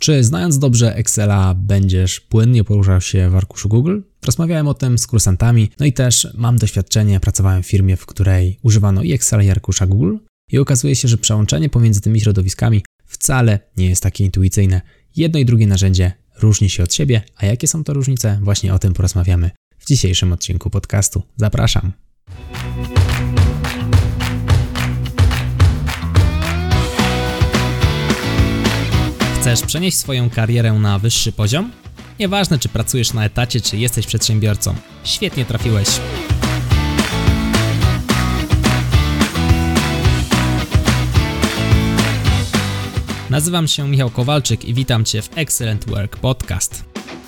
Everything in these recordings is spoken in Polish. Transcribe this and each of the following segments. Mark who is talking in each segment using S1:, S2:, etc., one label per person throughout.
S1: Czy znając dobrze Excela będziesz płynnie poruszał się w arkuszu Google? Rozmawiałem o tym z kursantami, no i też mam doświadczenie, pracowałem w firmie, w której używano i Excela, i arkusza Google i okazuje się, że przełączenie pomiędzy tymi środowiskami wcale nie jest takie intuicyjne. Jedno i drugie narzędzie różni się od siebie, a jakie są to różnice? Właśnie o tym porozmawiamy w dzisiejszym odcinku podcastu. Zapraszam! Chcesz przenieść swoją karierę na wyższy poziom? Nieważne, czy pracujesz na etacie, czy jesteś przedsiębiorcą. Świetnie trafiłeś. Nazywam się Michał Kowalczyk i witam Cię w Excellent Work Podcast.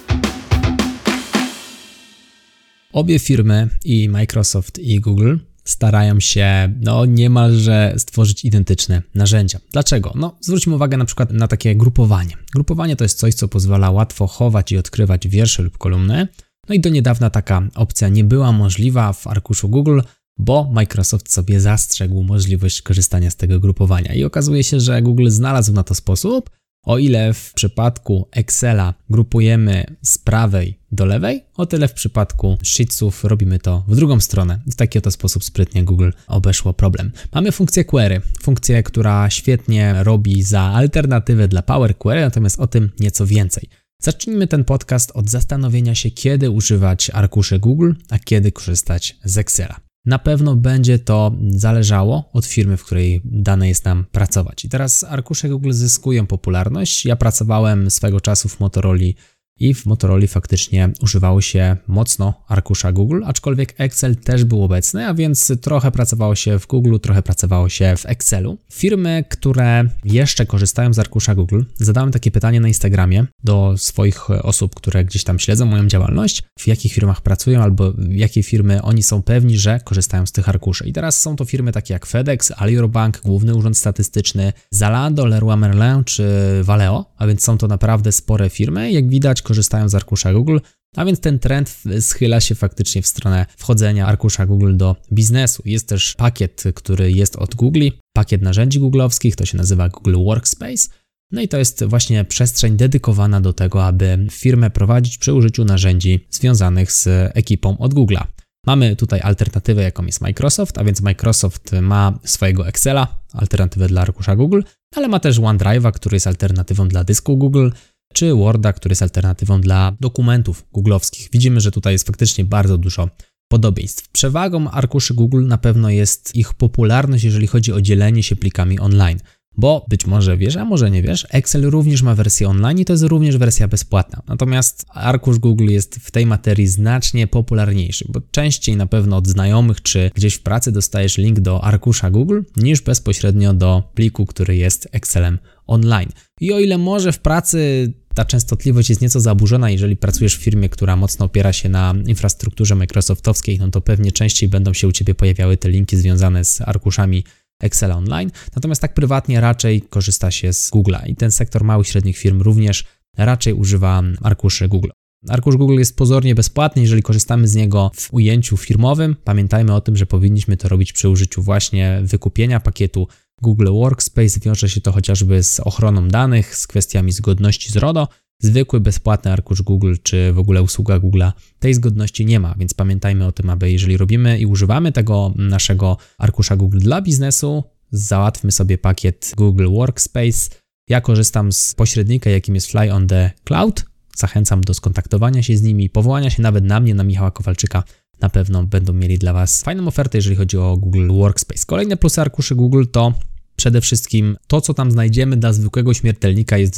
S1: Obie firmy, i Microsoft, i Google, starają się niemalże stworzyć identyczne narzędzia. Dlaczego? Zwróćmy uwagę na przykład na takie grupowanie. Grupowanie to jest coś, co pozwala łatwo chować i odkrywać wiersze lub kolumny. No i do niedawna taka opcja nie była możliwa w arkuszu Google, bo Microsoft sobie zastrzegł możliwość korzystania z tego grupowania. I okazuje się, że Google znalazł na to sposób. O ile w przypadku Excela grupujemy z prawej do lewej, o tyle w przypadku Sheetsów robimy to w drugą stronę. W taki oto sposób sprytnie Google obeszło problem. Mamy funkcję query, funkcję, która świetnie robi za alternatywę dla Power Query, natomiast o tym nieco więcej. Zacznijmy ten podcast od zastanowienia się, kiedy używać arkuszy Google, a kiedy korzystać z Excela. Na pewno będzie to zależało od firmy, w której dane jest nam pracować. I teraz arkusze Google zyskują popularność. Ja pracowałem swego czasu w Motorola i w Motorola faktycznie używało się mocno arkusza Google, aczkolwiek Excel też był obecny, a więc trochę pracowało się w Google, trochę pracowało się w Excelu. Firmy, które jeszcze korzystają z arkusza Google, zadałem takie pytanie na Instagramie do swoich osób, które gdzieś tam śledzą moją działalność, w jakich firmach pracują albo jakie firmy oni są pewni, że korzystają z tych arkuszy. I teraz są to firmy takie jak FedEx, Alior Bank, Główny Urząd Statystyczny, Zalando, Leroy Merlin czy Valeo, a więc są to naprawdę spore firmy. Jak widać, korzystają z arkusza Google, a więc ten trend schyla się faktycznie w stronę wchodzenia arkusza Google do biznesu. Jest też pakiet, który jest od Google, pakiet narzędzi googlowskich, to się nazywa Google Workspace. No i to jest właśnie przestrzeń dedykowana do tego, aby firmę prowadzić przy użyciu narzędzi związanych z ekipą od Google'a. Mamy tutaj alternatywę, jaką jest Microsoft, a więc Microsoft ma swojego Excela, alternatywę dla arkusza Google, ale ma też OneDrive'a, który jest alternatywą dla dysku Google, czy Worda, który jest alternatywą dla dokumentów googlowskich. Widzimy, że tutaj jest faktycznie bardzo dużo podobieństw. Przewagą arkuszy Google na pewno jest ich popularność, jeżeli chodzi o dzielenie się plikami online. Bo być może wiesz, a może nie wiesz, Excel również ma wersję online i to jest również wersja bezpłatna. Natomiast arkusz Google jest w tej materii znacznie popularniejszy, bo częściej na pewno od znajomych czy gdzieś w pracy dostajesz link do arkusza Google niż bezpośrednio do pliku, który jest Excelem online. I o ile może w pracy ta częstotliwość jest nieco zaburzona, jeżeli pracujesz w firmie, która mocno opiera się na infrastrukturze microsoftowskiej, to pewnie częściej będą się u Ciebie pojawiały te linki związane z arkuszami Excela online, natomiast tak prywatnie raczej korzysta się z Google'a i ten sektor małych i średnich firm również raczej używa arkuszy Google. Arkusz Google jest pozornie bezpłatny, jeżeli korzystamy z niego w ujęciu firmowym. Pamiętajmy o tym, że powinniśmy to robić przy użyciu właśnie wykupienia pakietu Google Workspace. Wiąże się to chociażby z ochroną danych, z kwestiami zgodności z RODO. Zwykły, bezpłatny arkusz Google, czy w ogóle usługa Google'a tej zgodności nie ma, więc pamiętajmy o tym, aby jeżeli robimy i używamy tego naszego arkusza Google dla biznesu, załatwmy sobie pakiet Google Workspace. Ja korzystam z pośrednika, jakim jest Fly on the Cloud. Zachęcam do skontaktowania się z nimi, powołania się nawet na mnie, na Michała Kowalczyka. Na pewno będą mieli dla Was fajną ofertę, jeżeli chodzi o Google Workspace. Kolejne plusy arkuszy Google to przede wszystkim to, co tam znajdziemy dla zwykłego śmiertelnika jest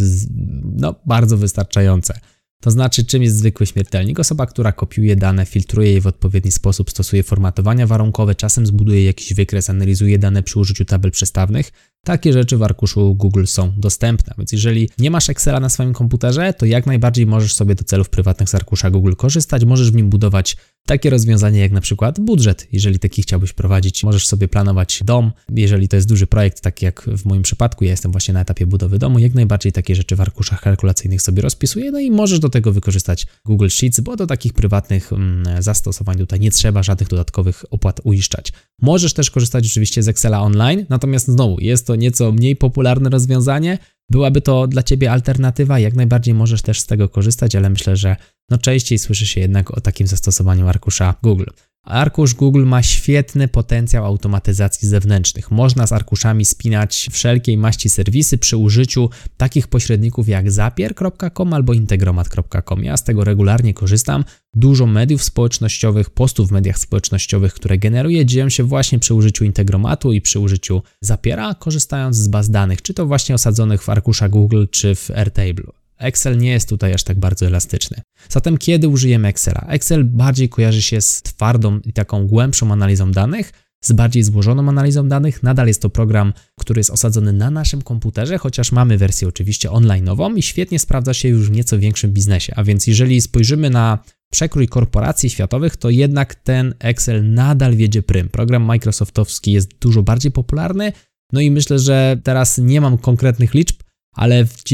S1: bardzo wystarczające. To znaczy, czym jest zwykły śmiertelnik? Osoba, która kopiuje dane, filtruje je w odpowiedni sposób, stosuje formatowania warunkowe, czasem zbuduje jakiś wykres, analizuje dane przy użyciu tabel przestawnych. Takie rzeczy w arkuszu Google są dostępne, więc jeżeli nie masz Excela na swoim komputerze, to jak najbardziej możesz sobie do celów prywatnych z arkusza Google korzystać, możesz w nim budować takie rozwiązanie jak na przykład budżet, jeżeli taki chciałbyś prowadzić, możesz sobie planować dom, jeżeli to jest duży projekt, tak jak w moim przypadku, ja jestem właśnie na etapie budowy domu, jak najbardziej takie rzeczy w arkuszach kalkulacyjnych sobie rozpisuję, no i możesz do tego wykorzystać Google Sheets, bo do takich prywatnych zastosowań tutaj nie trzeba żadnych dodatkowych opłat uiszczać. Możesz też korzystać oczywiście z Excela online, natomiast znowu jest to nieco mniej popularne rozwiązanie, byłaby to dla Ciebie alternatywa, jak najbardziej możesz też z tego korzystać, ale myślę, że częściej słyszy się jednak o takim zastosowaniu arkusza Google. Arkusz Google ma świetny potencjał automatyzacji zewnętrznych. Można z arkuszami spinać wszelkiej maści serwisy przy użyciu takich pośredników jak Zapier.com albo Integromat.com. Ja z tego regularnie korzystam. Dużo mediów społecznościowych, postów w mediach społecznościowych, które generuję, dzieją się właśnie przy użyciu Integromatu i przy użyciu Zapiera, korzystając z baz danych, czy to właśnie osadzonych w arkusza Google, czy w Airtable. Excel nie jest tutaj aż tak bardzo elastyczny. Zatem kiedy użyjemy Excela? Excel bardziej kojarzy się z twardą i taką głębszą analizą danych, z bardziej złożoną analizą danych. Nadal jest to program, który jest osadzony na naszym komputerze, chociaż mamy wersję oczywiście online'ową i świetnie sprawdza się już w nieco większym biznesie. A więc jeżeli spojrzymy na przekrój korporacji światowych, to jednak ten Excel nadal wiedzie prym. Program microsoftowski jest dużo bardziej popularny, i myślę, że teraz nie mam konkretnych liczb, ale w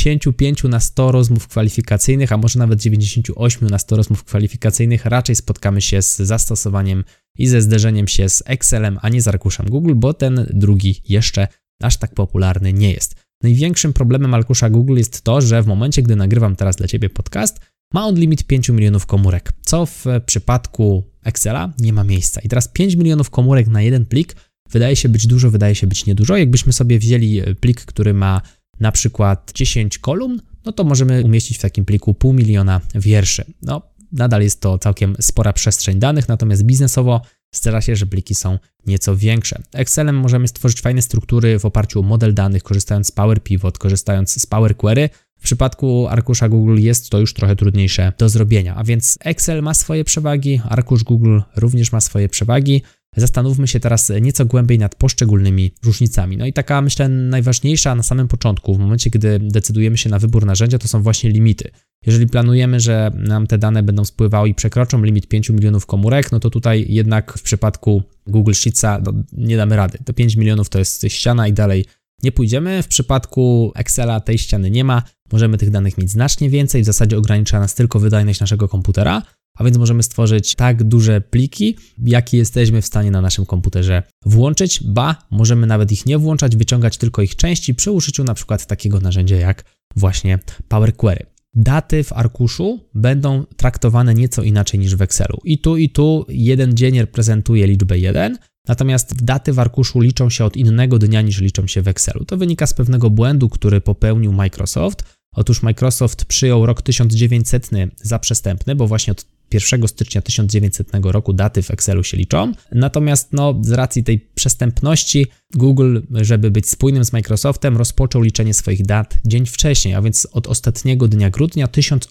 S1: 95 na 100 rozmów kwalifikacyjnych, a może nawet 98 na 100 rozmów kwalifikacyjnych raczej spotkamy się z zastosowaniem i ze zderzeniem się z Excelem, a nie z arkuszem Google, bo ten drugi jeszcze aż tak popularny nie jest. Największym problemem arkusza Google jest to, że w momencie, gdy nagrywam teraz dla Ciebie podcast, ma on limit 5 milionów komórek, co w przypadku Excela nie ma miejsca. I teraz 5 milionów komórek na jeden plik wydaje się być dużo, wydaje się być niedużo. Jakbyśmy sobie wzięli plik, który ma na przykład 10 kolumn, to możemy umieścić w takim pliku 500 000 wierszy. Nadal jest to całkiem spora przestrzeń danych, natomiast biznesowo zdarza się, że pliki są nieco większe. Excelem możemy stworzyć fajne struktury w oparciu o model danych, korzystając z Power Pivot, korzystając z Power Query. W przypadku arkusza Google jest to już trochę trudniejsze do zrobienia, a więc Excel ma swoje przewagi, arkusz Google również ma swoje przewagi. Zastanówmy się teraz nieco głębiej nad poszczególnymi różnicami. I taka, myślę, najważniejsza na samym początku, w momencie, gdy decydujemy się na wybór narzędzia, to są właśnie limity. Jeżeli planujemy, że nam te dane będą spływały i przekroczą limit 5 milionów komórek, to tutaj jednak w przypadku Google Sheetsa nie damy rady. To 5 milionów to jest ściana i dalej nie pójdziemy. W przypadku Excela tej ściany nie ma. Możemy tych danych mieć znacznie więcej, w zasadzie ogranicza nas tylko wydajność naszego komputera, a więc możemy stworzyć tak duże pliki, jakie jesteśmy w stanie na naszym komputerze włączyć, możemy nawet ich nie włączać, wyciągać tylko ich części przy użyciu na przykład takiego narzędzia jak właśnie Power Query. Daty w arkuszu będą traktowane nieco inaczej niż w Excelu. I tu jeden dzień reprezentuje liczbę 1, natomiast daty w arkuszu liczą się od innego dnia niż liczą się w Excelu. To wynika z pewnego błędu, który popełnił Microsoft. Otóż Microsoft przyjął rok 1900 za przestępny, bo właśnie od 1 stycznia 1900 roku daty w Excelu się liczą. Natomiast z racji tej przestępności Google, żeby być spójnym z Microsoftem, rozpoczął liczenie swoich dat dzień wcześniej, a więc od ostatniego dnia grudnia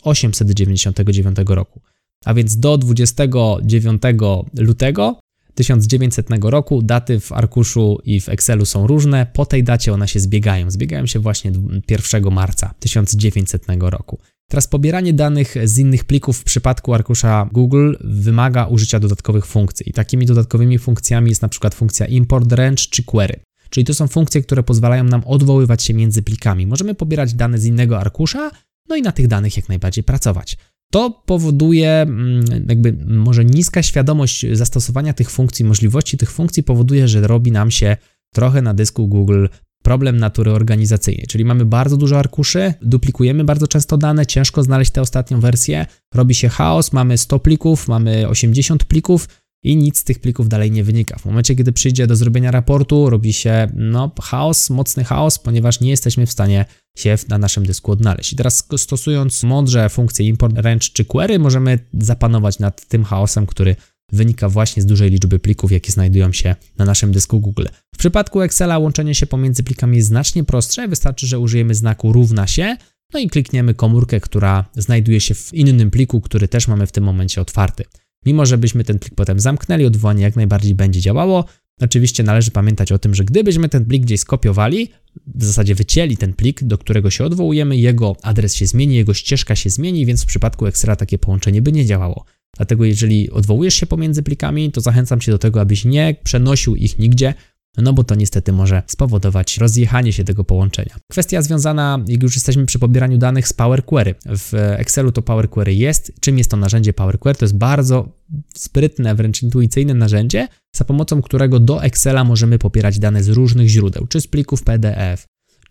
S1: 1899 roku. A więc do 29 lutego 1900 roku daty w arkuszu i w Excelu są różne. Po tej dacie one się zbiegają. Zbiegają się właśnie 1 marca 1900 roku. Teraz pobieranie danych z innych plików w przypadku arkusza Google wymaga użycia dodatkowych funkcji. I takimi dodatkowymi funkcjami jest na przykład funkcja import range czy query. Czyli to są funkcje, które pozwalają nam odwoływać się między plikami. Możemy pobierać dane z innego arkusza, i na tych danych jak najbardziej pracować. To powoduje, może niska świadomość zastosowania tych funkcji, możliwości tych funkcji powoduje, że robi nam się trochę na dysku Google problem natury organizacyjnej, czyli mamy bardzo dużo arkuszy, duplikujemy bardzo często dane, ciężko znaleźć tę ostatnią wersję, robi się chaos, mamy 100 plików, mamy 80 plików i nic z tych plików dalej nie wynika. W momencie, gdy przyjdzie do zrobienia raportu, robi się chaos, mocny chaos, ponieważ nie jesteśmy w stanie się na naszym dysku odnaleźć. I teraz stosując mądrze funkcje import range czy query, możemy zapanować nad tym chaosem, który wynika właśnie z dużej liczby plików, jakie znajdują się na naszym dysku Google. W przypadku Excela łączenie się pomiędzy plikami jest znacznie prostsze, wystarczy, że użyjemy znaku równa się, i klikniemy komórkę, która znajduje się w innym pliku, który też mamy w tym momencie otwarty. Mimo że byśmy ten plik potem zamknęli, odwołanie jak najbardziej będzie działało. Oczywiście należy pamiętać o tym, że gdybyśmy ten plik gdzieś skopiowali, w zasadzie wycięli ten plik, do którego się odwołujemy, jego adres się zmieni, jego ścieżka się zmieni, więc w przypadku Excela takie połączenie by nie działało. Dlatego jeżeli odwołujesz się pomiędzy plikami, to zachęcam Cię do tego, abyś nie przenosił ich nigdzie, bo to niestety może spowodować rozjechanie się tego połączenia. Kwestia związana, jak już jesteśmy przy pobieraniu danych z Power Query. W Excelu to Power Query jest. Czym jest to narzędzie Power Query? To jest bardzo sprytne, wręcz intuicyjne narzędzie, za pomocą którego do Excela możemy pobierać dane z różnych źródeł, czy z plików PDF,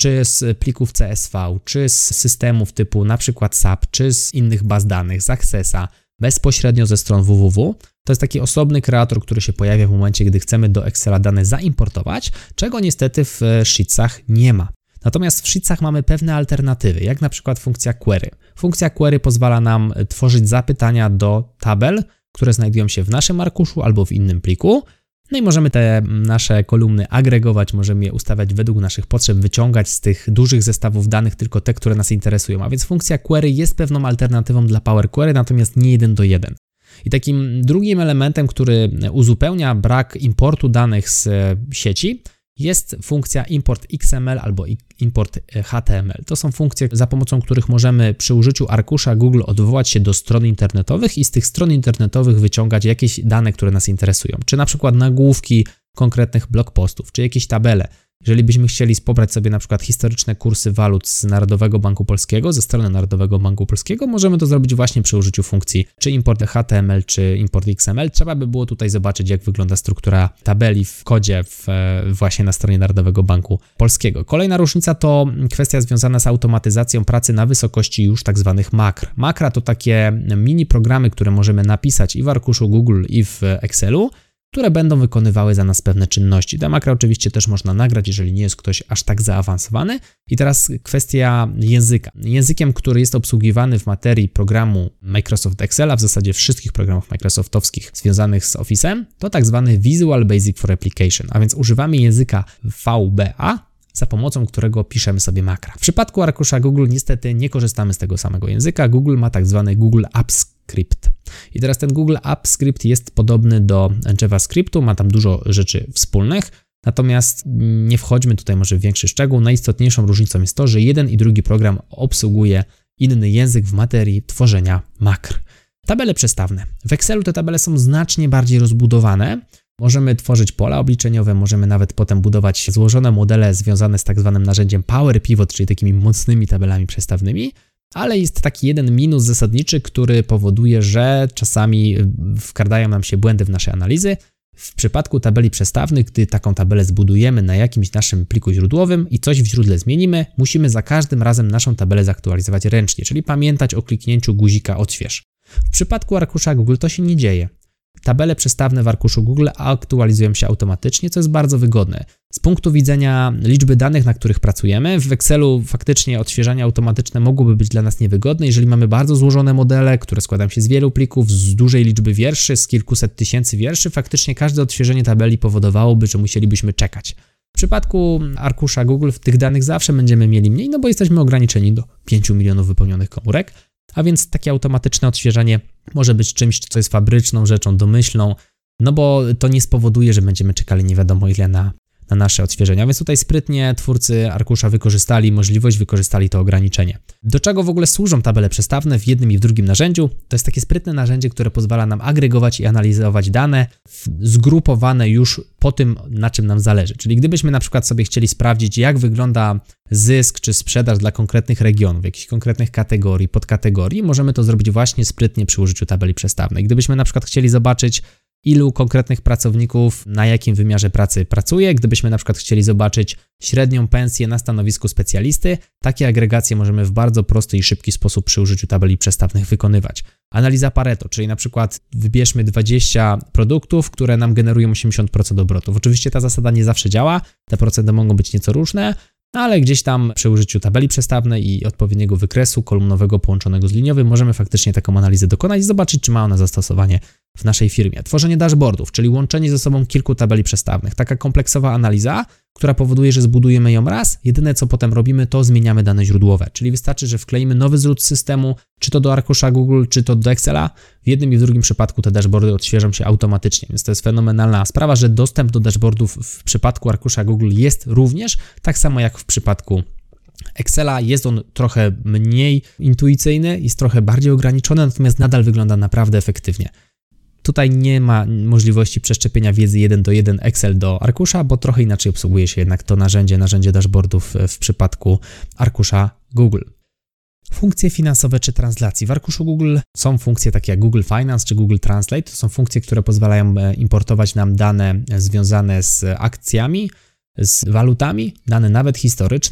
S1: czy z plików CSV, czy z systemów typu na przykład SAP, czy z innych baz danych, z Accessa, bezpośrednio ze stron www. To jest taki osobny kreator, który się pojawia w momencie, gdy chcemy do Excela dane zaimportować, czego niestety w Sheetsach nie ma. Natomiast w Sheetsach mamy pewne alternatywy, jak na przykład funkcja query. Funkcja query pozwala nam tworzyć zapytania do tabel, które znajdują się w naszym arkuszu albo w innym pliku. No i możemy te nasze kolumny agregować, możemy je ustawiać według naszych potrzeb, wyciągać z tych dużych zestawów danych tylko te, które nas interesują. A więc funkcja query jest pewną alternatywą dla Power Query, natomiast nie 1:1. I takim drugim elementem, który uzupełnia brak importu danych z sieci, jest funkcja import XML albo import HTML. To są funkcje, za pomocą których możemy przy użyciu arkusza Google odwołać się do stron internetowych i z tych stron internetowych wyciągać jakieś dane, które nas interesują. Czy na przykład nagłówki konkretnych blog postów, czy jakieś tabele. Jeżeli byśmy chcieli pobrać sobie na przykład historyczne kursy walut z Narodowego Banku Polskiego, ze strony Narodowego Banku Polskiego, możemy to zrobić właśnie przy użyciu funkcji czy import HTML, czy import XML. Trzeba by było tutaj zobaczyć, jak wygląda struktura tabeli w kodzie właśnie na stronie Narodowego Banku Polskiego. Kolejna różnica to kwestia związana z automatyzacją pracy na wysokości już tak zwanych makr. Makra to takie mini programy, które możemy napisać i w arkuszu Google, i w Excelu, które będą wykonywały za nas pewne czynności. Te makra oczywiście też można nagrać, jeżeli nie jest ktoś aż tak zaawansowany. I teraz kwestia języka. Językiem, który jest obsługiwany w materii programu Microsoft Excela, w zasadzie wszystkich programów microsoftowskich związanych z Office'em, to tak zwany Visual Basic for Application, a więc używamy języka VBA, za pomocą którego piszemy sobie makra. W przypadku arkusza Google niestety nie korzystamy z tego samego języka. Google ma tak zwany Google Apps Script. I teraz ten Google Apps Script jest podobny do JavaScriptu, ma tam dużo rzeczy wspólnych, natomiast nie wchodźmy tutaj może w większy szczegół. Najistotniejszą różnicą jest to, że jeden i drugi program obsługuje inny język w materii tworzenia makr. Tabele przestawne. W Excelu te tabele są znacznie bardziej rozbudowane. Możemy tworzyć pola obliczeniowe, możemy nawet potem budować złożone modele związane z tak zwanym narzędziem Power Pivot, czyli takimi mocnymi tabelami przestawnymi, ale jest taki jeden minus zasadniczy, który powoduje, że czasami wkradają nam się błędy w nasze analizy. W przypadku tabeli przestawnych, gdy taką tabelę zbudujemy na jakimś naszym pliku źródłowym i coś w źródle zmienimy, musimy za każdym razem naszą tabelę zaktualizować ręcznie, czyli pamiętać o kliknięciu guzika odśwież. W przypadku arkusza Google to się nie dzieje. Tabele przestawne w arkuszu Google aktualizują się automatycznie, co jest bardzo wygodne. Z punktu widzenia liczby danych, na których pracujemy, w Excelu faktycznie odświeżania automatyczne mogłyby być dla nas niewygodne, jeżeli mamy bardzo złożone modele, które składają się z wielu plików, z dużej liczby wierszy, z kilkuset tysięcy wierszy, faktycznie każde odświeżenie tabeli powodowałoby, że musielibyśmy czekać. W przypadku arkusza Google tych danych zawsze będziemy mieli mniej, no bo jesteśmy ograniczeni do 5 milionów wypełnionych komórek. A więc takie automatyczne odświeżanie może być czymś, co jest fabryczną rzeczą, domyślną, no bo to nie spowoduje, że będziemy czekali nie wiadomo ile na nasze odświeżenia. Więc tutaj sprytnie twórcy arkusza wykorzystali to ograniczenie. Do czego w ogóle służą tabele przestawne w jednym i w drugim narzędziu? To jest takie sprytne narzędzie, które pozwala nam agregować i analizować dane zgrupowane już po tym, na czym nam zależy. Czyli gdybyśmy na przykład sobie chcieli sprawdzić, jak wygląda zysk czy sprzedaż dla konkretnych regionów, jakichś konkretnych kategorii, podkategorii, możemy to zrobić właśnie sprytnie przy użyciu tabeli przestawnej. Gdybyśmy na przykład chcieli zobaczyć, ilu konkretnych pracowników na jakim wymiarze pracy pracuje. Gdybyśmy na przykład chcieli zobaczyć średnią pensję na stanowisku specjalisty, takie agregacje możemy w bardzo prosty i szybki sposób przy użyciu tabeli przestawnych wykonywać. Analiza Pareto, czyli na przykład wybierzmy 20 produktów, które nam generują 80% obrotów. Oczywiście ta zasada nie zawsze działa, te procenty mogą być nieco różne, ale gdzieś tam przy użyciu tabeli przestawnej i odpowiedniego wykresu kolumnowego połączonego z liniowym możemy faktycznie taką analizę dokonać i zobaczyć, czy ma ona zastosowanie w naszej firmie. Tworzenie dashboardów, czyli łączenie ze sobą kilku tabeli przestawnych. Taka kompleksowa analiza, która powoduje, że zbudujemy ją raz, jedyne co potem robimy, to zmieniamy dane źródłowe, czyli wystarczy, że wkleimy nowy zwrót systemu, czy to do arkusza Google, czy to do Excela. W jednym i w drugim przypadku te dashboardy odświeżą się automatycznie, więc to jest fenomenalna sprawa, że dostęp do dashboardów w przypadku arkusza Google jest również, tak samo jak w przypadku Excela. Jest on trochę mniej intuicyjny, jest trochę bardziej ograniczony, natomiast nadal wygląda naprawdę efektywnie. Tutaj nie ma możliwości przeszczepienia wiedzy 1:1 Excel do arkusza, bo trochę inaczej obsługuje się jednak to narzędzie dashboardów w przypadku arkusza Google. Funkcje finansowe czy translacji. W arkuszu Google są funkcje takie jak Google Finance czy Google Translate. To są funkcje, które pozwalają importować nam dane związane z akcjami, z walutami, dane nawet historyczne.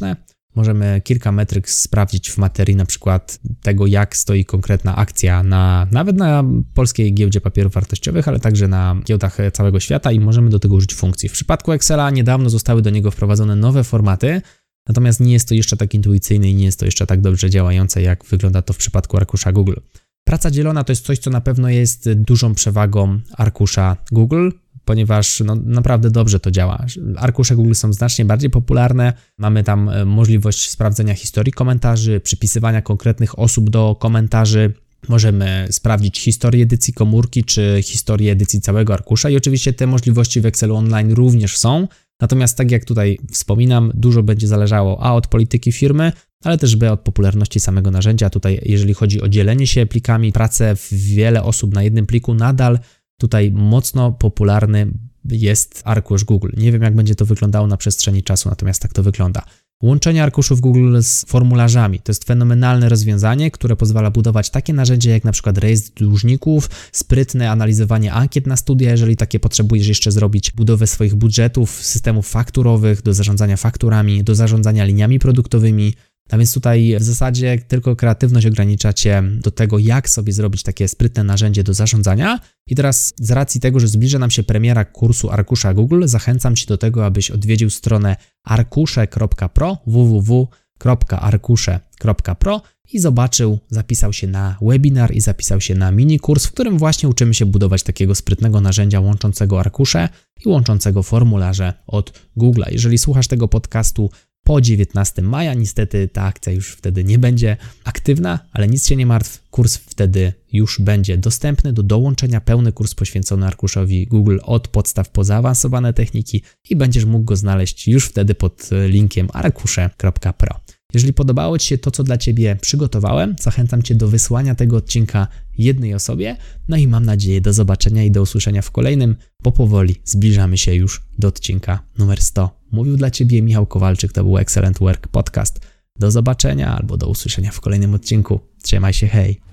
S1: Możemy kilka metryk sprawdzić w materii, na przykład tego, jak stoi konkretna akcja nawet na polskiej giełdzie papierów wartościowych, ale także na giełdach całego świata i możemy do tego użyć funkcji. W przypadku Excela niedawno zostały do niego wprowadzone nowe formaty, natomiast nie jest to jeszcze tak intuicyjne i nie jest to jeszcze tak dobrze działające, jak wygląda to w przypadku arkusza Google. Praca dzielona to jest coś, co na pewno jest dużą przewagą arkusza Google, ponieważ naprawdę dobrze to działa. Arkusze Google są znacznie bardziej popularne, mamy tam możliwość sprawdzenia historii komentarzy, przypisywania konkretnych osób do komentarzy, możemy sprawdzić historię edycji komórki czy historię edycji całego arkusza i oczywiście te możliwości w Excelu Online również są, natomiast tak jak tutaj wspominam, dużo będzie zależało a od polityki firmy, ale też b od popularności samego narzędzia. Tutaj jeżeli chodzi o dzielenie się plikami, pracę w wiele osób na jednym pliku, nadal tutaj mocno popularny jest arkusz Google. Nie wiem, jak będzie to wyglądało na przestrzeni czasu, natomiast tak to wygląda. Łączenie arkuszów Google z formularzami to jest fenomenalne rozwiązanie, które pozwala budować takie narzędzia jak na przykład rejestr dłużników, sprytne analizowanie ankiet na studia, jeżeli takie potrzebujesz jeszcze zrobić, budowę swoich budżetów, systemów fakturowych, do zarządzania fakturami, do zarządzania liniami produktowymi. A więc tutaj w zasadzie tylko kreatywność ogranicza Cię do tego, jak sobie zrobić takie sprytne narzędzie do zarządzania. I teraz z racji tego, że zbliża nam się premiera kursu arkusza Google, zachęcam Cię do tego, abyś odwiedził stronę arkusze.pro, www.arkusze.pro i zapisał się na webinar i zapisał się na mini kurs, w którym właśnie uczymy się budować takiego sprytnego narzędzia łączącego arkusze i łączącego formularze od Google'a. Jeżeli słuchasz tego podcastu po 19 maja, niestety ta akcja już wtedy nie będzie aktywna, ale nic się nie martw, kurs wtedy już będzie dostępny do dołączenia, pełny kurs poświęcony arkuszowi Google od podstaw po zaawansowane techniki i będziesz mógł go znaleźć już wtedy pod linkiem arkusze.pro. Jeżeli podobało Ci się to, co dla Ciebie przygotowałem, zachęcam Cię do wysłania tego odcinka jednej osobie, no i mam nadzieję do zobaczenia i do usłyszenia w kolejnym, bo powoli zbliżamy się już do odcinka numer 100. Mówił dla Ciebie Michał Kowalczyk, to był Excellent Work Podcast. Do zobaczenia albo do usłyszenia w kolejnym odcinku. Trzymaj się, hej!